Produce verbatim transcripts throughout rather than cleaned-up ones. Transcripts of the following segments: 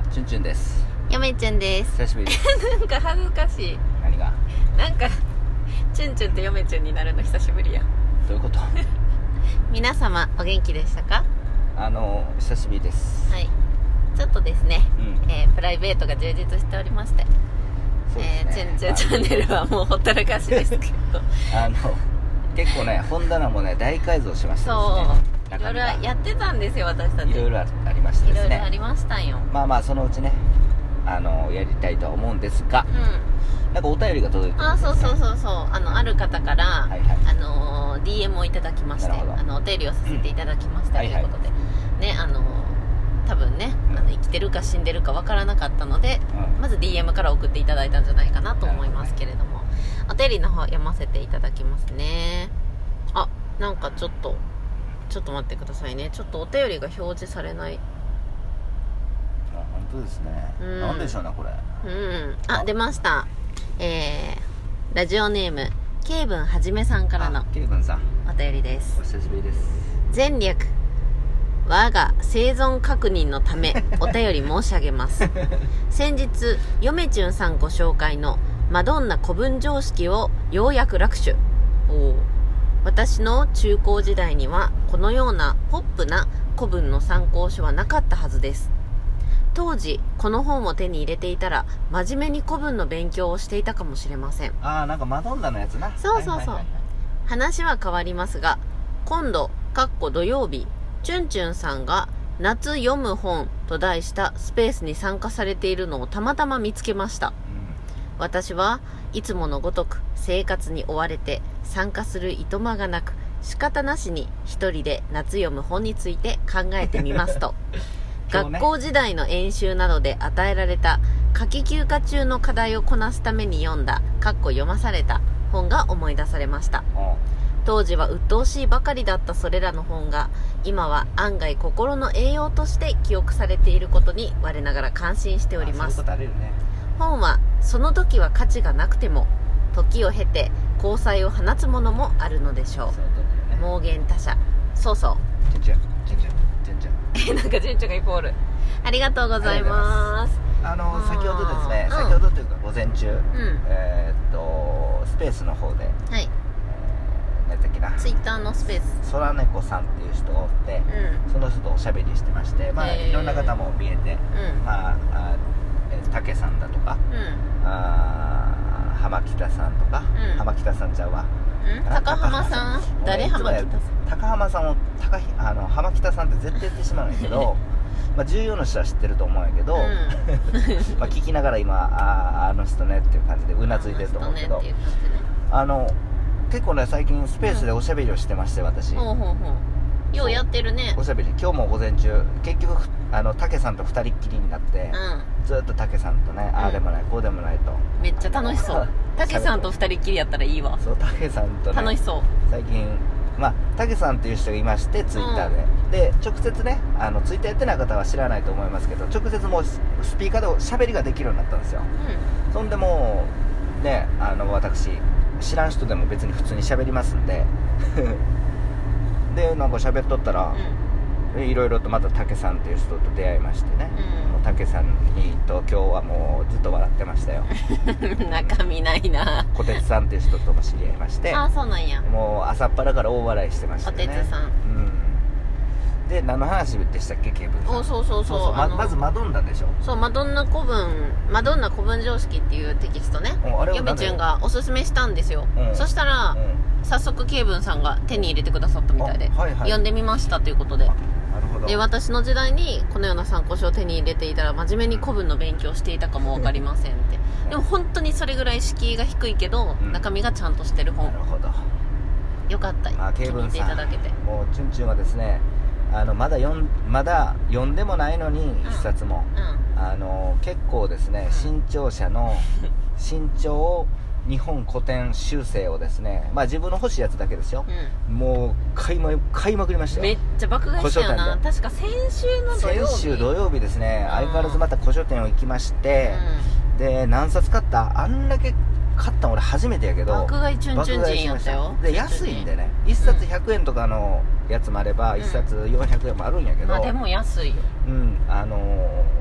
チュンチュンです。 よめちゅんです。 久しぶりですなんか恥ずかしい。 何が？ なんかチュンチュンとよめちゅんになるの久しぶりや。 どういうこと？ 皆様お元気でしたか？ あの久しぶりです。 はい。ちょっとですね、 うんえー、プライベートが充実しておりまして、 そうですね、 えー、チュンチュンチャンネルはもうほったらかしですけどあの結構ね本棚もね大改造しましたそうですね。 いろいろやってたんですよ私たち。 いろいろありましてですね。 いろいろありましたんよ。 まあまあそのうちねあのやりたいとは思うんですが、 うん、 なんかお便りが届いてるんあ、 です、ね、 そうそうそうそうあのある方から、 はいはい、 あの ディーエム をいただきまして、あのお便りをさせていただきました、うん、ということで、はいはい、ねあの多分ね、うん、あの生きてるか死んでるかわからなかったので、うん、まず ディーエム から送っていただいたんじゃないかなと思いますけれども、お便りの方読ませていただきますね。あ、なんかちょっとちょっと待ってくださいね。ちょっとお便りが表示されない。 あ、本当ですね、うん、なんでしょうねこれ。 うん、あ、出ました。えー、ラジオネームケイブンはじめさんからのケイブンさんお便りです。 お久しぶりです。 前略我が生存確認のためお便り申し上げます先日よめちゅんさんご紹介のマドンナ古文常識をようやく楽手。お私の中高時代にはこのようなポップな古文の参考書はなかったはずです。当時この本を手に入れていたら真面目に古文の勉強をしていたかもしれません。 ああ、なんかマドンナのやつな。 そうそうそう、はいはいはいはい、話は変わりますが、今度かっこ土曜日チュンチュンさんが夏読む本と題したスペースに参加されているのをたまたま見つけました、うん、私はいつものごとく生活に追われて参加するいとまがなく仕方なしに一人で夏読む本について考えてみますと学校時代の演習などで与えられた夏季休暇中の課題をこなすために読んだかっこ読まされた本が思い出されました。当時は鬱陶しいばかりだったそれらの本が今は案外心の栄養として記憶されていることに我ながら感心しております。 そういうことあるよね。 本はその時は価値がなくても時を経て交際を放つものもあるのでしょう。妄言他者。そうそうチュンチュンチュンチュンチュンチュンなんかチュンチュンがイコールありがとうございます。 あの先ほどですね、先ほどというか午前中、うん、えー、っとスペースの方で、はい、 ツイッターのスペース空猫さんっていう人がおって、うん、その人とおしゃべりしてまして、まあ、いろんな方も見えて、うん、まあ、あたけさんだとか、うん、あ浜北さんとか、うん、浜北さんちゃうわ、 うん、高浜さん誰浜北さん高浜さんを高あの浜北さんって絶対言ってしまうんやけどまあ重要な人は知ってると思うんやけど、うん、まあ聞きながら今 あ, あの人ねっていう感じでうなずいてると思うけど、あの結構ね最近スペースでおしゃべりをしてまして、私、 ほうほうほう、ようやってるねおしゃべり。今日も午前中結局あの竹さんと二人っきりになって、うん、ずっと竹さんとね、うん、ああでもないこうでもないとめっちゃ楽しそう。竹さんと二人っきりやったらいいわ。 そう竹さんとね楽しそう。 最近まあ竹さんっていう人がいましてツイッターで、うん、で直接ねあのツイッターやってない方は知らないと思いますけど直接もうスピーカーでおしゃべりができるようになったんですよ、うん、そんでもうねあの私知らん人でも別に普通に喋りますんででなんか喋っとったら、うん、いろいろとまた竹さんっていう人と出会いましてね、うん、竹さんにと今日はもうずっと笑ってましたよ中身ないな。 小鉄さんっていう人とも知り合いまして、 ああそうなんや。 もう朝っぱらから大笑いしてましたね。 小鉄さん、うんで何の話でしたっけケイブンさん。 おそうそうそうそう、 ま, まずマドンナでしょ。 そうマドンナ古文マドンナ古文常識っていうテキストね、ヨメちゅんがおすすめしたんですよ、うん、そしたら、うん、早速ケイブンさんが手に入れてくださったみたいで、はいはい、読んでみましたということで、なるほど。で私の時代にこのような参考書を手に入れていたら真面目に古文の勉強をしていたかも分かりませんってでも本当にそれぐらい敷居が低いけど、うん、中身がちゃんとしてる本。 なるほど、 よかった、 まあ、 気に入っていただけて。 もうチュンチュンはですねあのまだ読んまだ読んでもないのに一冊も、うん、あの結構ですね、うん、新潮社の新潮日本古典修正をですね、まあ自分の欲しいやつだけですよ、うん、もう買いま買いまくりましたよ。 めっちゃ爆買いしたよな。確か先週の土曜日先週土曜日ですね、相変わらずまた古書店を行きまして、うん、で何冊買った。あんだけ買ったの俺初めてやけど爆買いチュンチュン人やったよ。 で安いんでね、いっさつひゃくえんとかのやつもあれば、うん、いっさつよんひゃくえんもあるんやけど、 まあでも安いよ。 うん、あのー、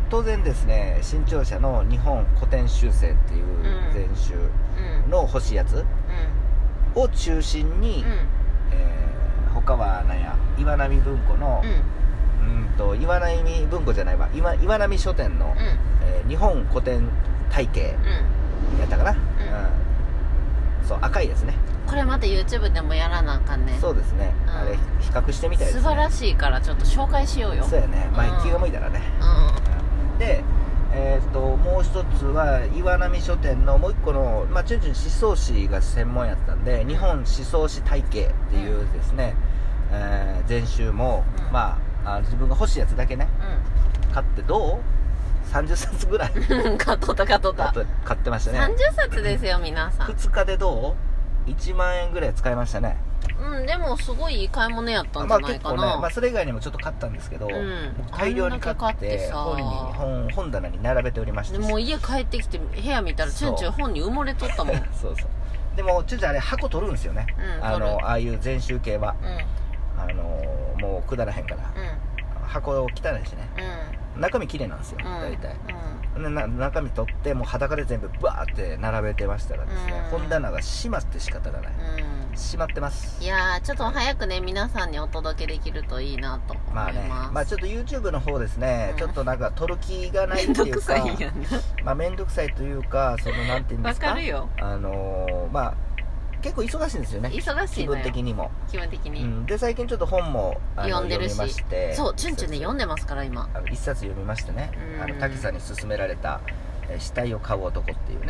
当然ですね、新潮社の日本古典集成っていう全集の欲しいやつを中心に、うん、えー、他は何や岩波文庫の、うん、うんと岩波文庫じゃないわ、岩, 岩波書店の、うん、えー、日本古典体系やったかな、うんうん、そう赤いですね。 これまた YouTube でもやらなあかんね。 そうですね、うん、あれ比較してみたいですね。 素晴らしいからちょっと紹介しようよ。 そうやね、まあ、気が向いたらね、うんうん、で、えー、ともう一つは岩波書店のもう一個の、まあ、チュンチュン思想史が専門やったんで、日本思想史体系っていうですね、うん、えー、全集も、うん、まあ、あ自分が欲しいやつだけね、うん、買ってどうさんじゅっさつぐらい買っとった買っとった買ってましたね。 さんじゅっさつですよ皆さん。 ふつかでどういちまんえんぐらい使いましたね。 うん、でもすごいいい買い物やったんじゃないかな。まあ結構ね、 まあそれ以外にもちょっと買ったんですけど、うん、大量に買って本に 本, 本棚に並べておりまして、 でもう家帰ってきて部屋見たらチュンチュン本に埋もれとったもんそうそう。でもチュンチュンあれ箱取るんですよね、うん、あのああいう全集系は、うん、あのもうくだらへんから、うん、箱汚いしね、うん、中身綺麗なんですよ、うん、大体、うん、でな中身取ってもう裸で全部バーって並べてましたらですね、うん、本棚が閉まって仕方がない、うん、閉まってます。 いやーちょっと早くね皆さんにお届けできるといいなと思います。まあね、 まあちょっと YouTube の方ですね、うん、ちょっとなんか撮る気がないっていうか、めんどくさいやんなまあめんどくさいというか、そのなんていうんですか、 わかるよ、 あのー、まあ結構忙しいんですよね。 忙しいのよ、気分的にも気分的に、 うん、で最近ちょっと本も読んでるし、 読みまして、 そうチュンチュンね読んでますから今あの一冊読みましてね、うん、あの滝さんに勧められた「死体を買う男」っていうね、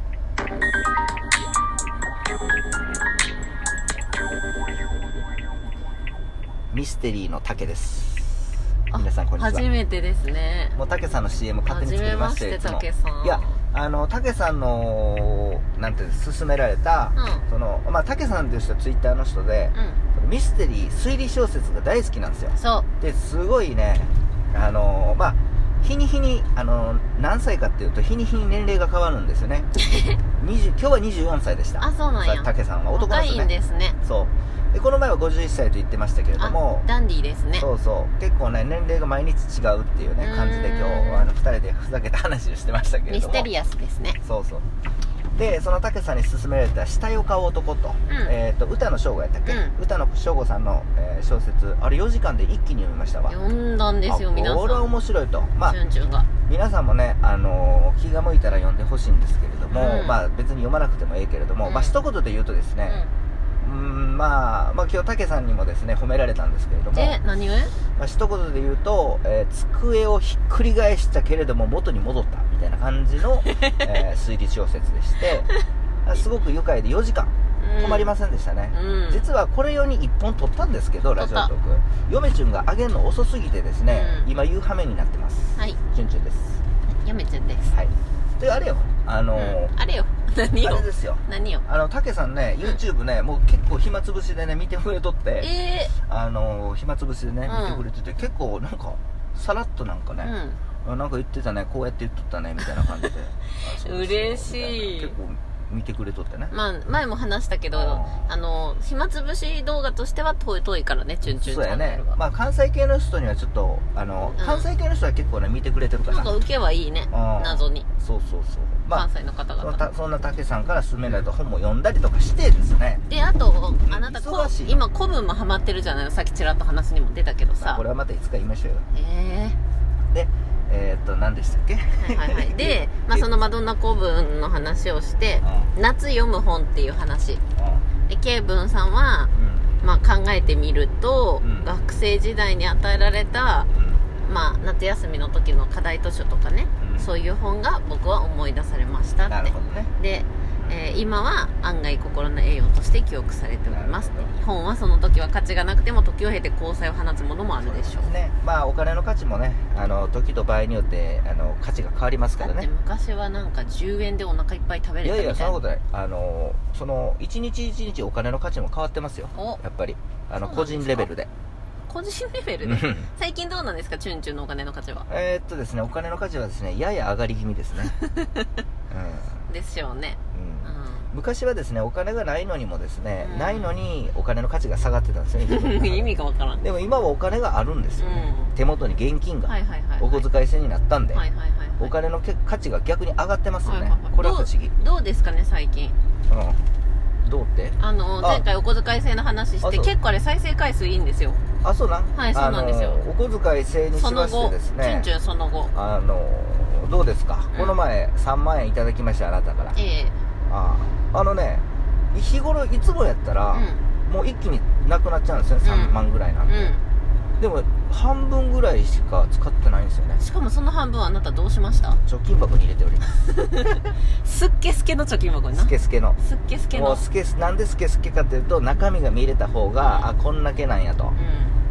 ミステリーの竹です。皆さんこんにちは。 初めてですね。 もう竹さんの シーエム 勝手に作りまして、 初めまして竹さん。 いやあの竹さんのなんて勧められた、うん、そのまあ竹さんという人はツイッターの人で、うん、ミステリー推理小説が大好きなんですよ。 そうですごいね、あのまあ日に日にあの何歳かっていうと日に日に年齢が変わるんですよねにじゅう今日はにじゅうよんさいでした。 あ、そうなんや。 竹さんは男の人ね。 若いんですね。 そうでこの前はごじゅういっさいと言ってましたけれども、 ダンディーですね。 そうそう結構ね年齢が毎日違うっていうね感じで今日あのふたりでふざけた話をしてましたけれども、 ミステリアスですね。 そうそうでその竹さんに勧められた「死体を買う男と」うん、えー、と歌野翔吾やったっけ、うん、歌野翔吾さんの、えー、小説あれよじかんで一気に読みましたわ。 読んだんですよ皆さん。 これは面白いと、まあ、 チュンチュンが皆さんもね、あのー、気が向いたら読んでほしいんですけれども、うん、まあ別に読まなくてもいいけれども、うん、まあ一言で言うとですね、うん、うんまあ、まあ今日竹さんにもですね褒められたんですけれども、 え何をまあ一言で言うと、えー、机をひっくり返したけれども元に戻ったみたいな感じの、えー、推理小説でしてすごく愉快でよじかん止まりませんでしたね、うん、実はこれ用にいっぽん撮ったんですけどラジオトーク嫁チュンが上げるの遅すぎてですね、うん、今夕飯目になってます。はい、チュンチュンです。 嫁チュンです。 はいであれよあのーうん、あれよ何よあれですよ何よあの竹さんね YouTube ね、うん、もう結構暇つぶしでね見てくれとって、えー、あのー、暇つぶしでね、うん、見てくれてて結構なんかさらっとなんかね、うん、なんか言ってたねこうやって言っとったねみたいな感じで嬉しい結構見てくれとってね。 まあ前も話したけどああの暇つぶし動画としては遠い遠いからねチュンチュンチャンネルは。そうやね。 まあ関西系の人にはちょっとあの、うん、関西系の人は結構ね見てくれてるからなんか受けはいいね、謎に。 そうそうそう、 まあ、関西の方々 そ, そんな竹さんから勧められた本も読んだりとかしてですね。 であとあなたこ今古文もハマってるじゃないの。さっきちらっと話にも出たけどさ、まあ、 これはまたいつか言いましょうよ。 ええー、 でえー、っと何でしたっけはいはい、はい、で、まあ、そのマドンナ古文の話をして、うん、夏読む本っていう話、うん、でケイブンさんは、うん、まあ、考えてみると、うん、学生時代に与えられた、うん、まあ、夏休みの時の課題図書とかね、うん、そういう本が僕は思い出されましたって。 なるほどね。 でえー、今は案外心の栄養として記憶されております。本はその時は価値がなくても時を経て交際を放つものもあるでしょう。 うね、まあお金の価値もね、あの時と場合によってあの価値が変わりますからね。 だって昔はなんかじゅうえんでお腹いっぱい食べれたみたいな。 いやいやそんなことない。あのその一日一日お金の価値も変わってますよ。やっぱりあの個人レベルで。 個人レベルで最近どうなんですかチュンチュンのお金の価値は。 えー、っとですねお金の価値はですねやや上がり気味ですね、 うん、ですよね、 うん、 昔はですねお金がないのにもですね、 うん、 ないのにお金の価値が下がってたんですよね意味がわからん。 でも今はお金があるんですよね、うん、手元に現金が、 はいはいはいはい、 お小遣い制になったんで、 はいはいはいはい、 お金の価値が逆に上がってますよね、はいはいはい、これは不思議。 どう、どうですかね最近。 うん、どうってあの前回お小遣い制の話して結構あれ再生回数いいんですよ。 あ、そうなん。 はい、そうなんですよ。 お小遣い制にしましてですね、 チュンチュンその後あのどうですか、うん、この前さんまんえんいただきましたあなたから。 ええ、 ああのね日頃いつもやったら、うん、もう一気になくなっちゃうんですよね、さんまんぐらいなんで、うん、でも半分ぐらいしか使ってないんですよね。 しかもその半分はあなたどうしました？ 貯金箱に入れておりますすっけすけの貯金箱にな。 すけすけのすっけすけのもうすけなんですけすけかというと中身が見れた方が、うん、あこんだけなんやと、うん、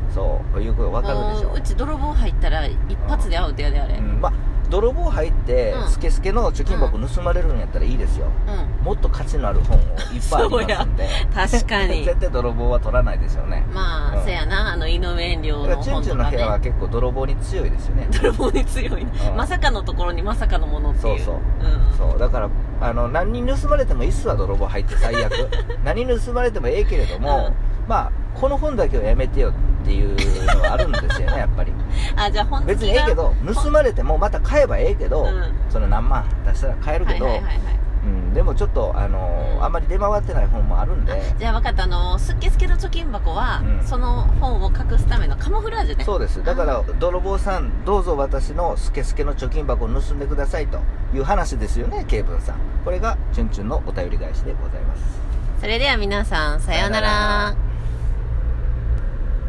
そういうこと分かるでしょ。 うち泥棒入ったら一発でアウトやであれ、うん、 まあ泥棒入ってスケスケの貯金箱盗まれるんやったらいいですよ、うん、もっと価値のある本をいっぱいありますんで確かに絶対泥棒は取らないですよね。 まあ、うん、せやな、あの井上遠慮の本とかね。チュンチュンの部屋は結構泥棒に強いですよね。 泥棒に強い、うん、まさかのところにまさかのものっていう。 そうそう、うん、そうだからあの何人盗まれてもいっそは泥棒入って最悪何盗まれてもええけれども、うん、まあこの本だけはやめてよっていうのがあるんですよねやっぱり。 あ、じゃあ本別にええけど盗まれてもまた買えばええけど、うん、その何万出したら買えるけど、はいはいはいはい、うん、でもちょっとあのーうん、あんまり出回ってない本もあるんで。 じゃあ分かった、あのー、すっけすけの貯金箱は、うん、その本を隠すためのカモフラージュね。 そうです。だから泥棒さんどうぞ私のすけすけの貯金箱を盗んでくださいという話ですよね、ケイブンさん。これがチュンチュンのお便り返しでございます。 それでは皆さんさようなら。